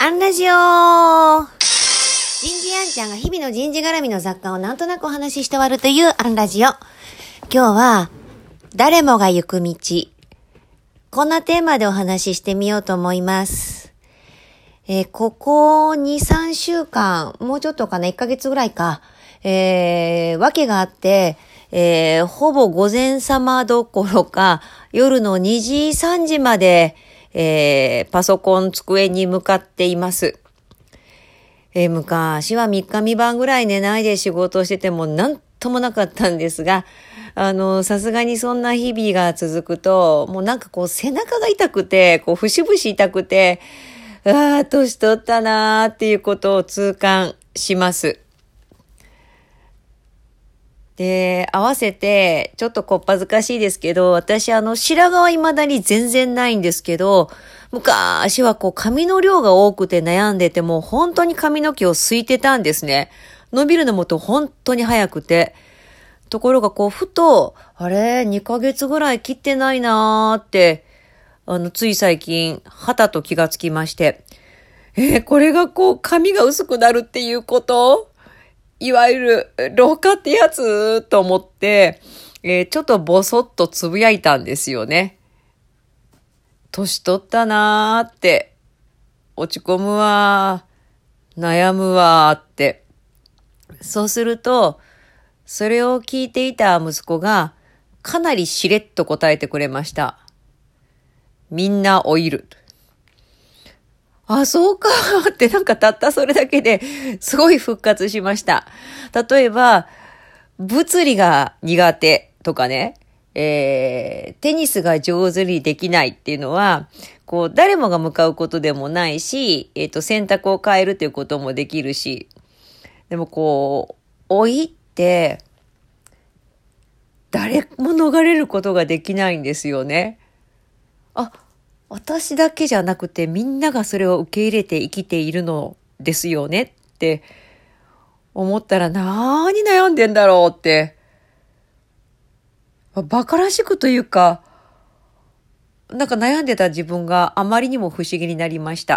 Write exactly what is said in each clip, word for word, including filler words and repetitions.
アンラジオ人事アンちゃんが日々の人事絡みの雑貨をなんとなくお話しして終わるというアンラジオ。今日は、誰もが行く道。こんなテーマでお話ししてみようと思います。えー、ここに、さんしゅうかん、もうちょっとかな、いっかげつぐらいか、えー、わけがあって、えー、ほぼ午前様どころか、夜のにじ、さんじまで、えー、パソコン机に向かっています。えー、昔はみっかみばんぐらい寝ないで仕事をしててもなんともなかったんですが、あの、さすがにそんな日々が続くと、もうなんかこう背中が痛くて、こう節々痛くて、ああ、年取ったなーっていうことを痛感します。で、合わせて、ちょっとこっぱずかしいですけど、私あの、白髪は未だに全然ないんですけど、昔はこう髪の量が多くて悩んでても、本当に髪の毛をすいてたんですね。伸びるのもと本当に早くて。ところがこう、ふと、あれ、にかげつぐらい切ってないなーって、あの、つい最近、はたと気がつきまして。えー、これがこう、髪が薄くなるっていうこといわゆる老化ってやつと思って、えー、ちょっとボソッとつぶやいたんですよね。年取ったなーって、落ち込むわー、悩むわーって。そうすると、それを聞いていた息子がかなりしれっと答えてくれました。みんな老いる。あ、そうかってなんかたったそれだけですごい復活しました。例えば、物理が苦手とかね、えー、テニスが上手にできないっていうのは、こう、誰もが向かうことでもないし、えっと、選択を変えるということもできるし、でもこう、老いって、誰も逃れることができないんですよね。あ、私だけじゃなくてみんながそれを受け入れて生きているのですよねって思ったらなーに悩んでんだろうって、馬鹿らしくというか、なんか悩んでた自分があまりにも不思議になりました。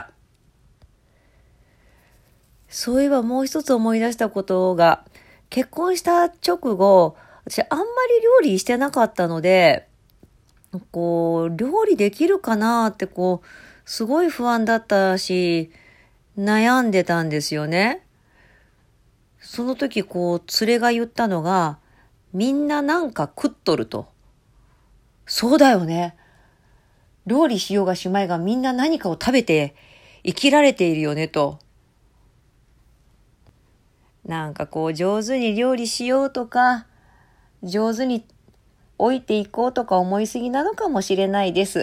そういえばもう一つ思い出したことが、結婚した直後、私あんまり料理してなかったので、こう、料理できるかなってこう、すごい不安だったし、悩んでたんですよね。その時こう、連れが言ったのが、みんななんか食っとると。そうだよね。料理しようがしまいがみんな何かを食べて生きられているよねと。なんかこう、上手に料理しようとか、上手に置いていこうとか思いすぎなのかもしれないです。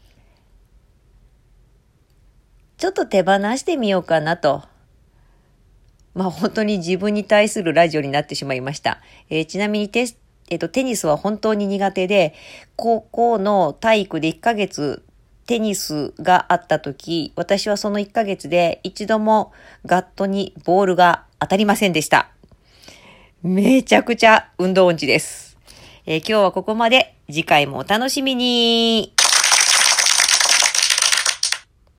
ちょっと手放してみようかなと。まあ本当に自分に対するラジオになってしまいました。えー、ちなみにテス、えっと、テニスは本当に苦手で、高校の体育でいっかげつテニスがあった時、私はそのいっかげつで一度もガットにボールが当たりませんでした。めちゃくちゃ運動音痴です。えー、今日はここまで。次回もお楽しみに。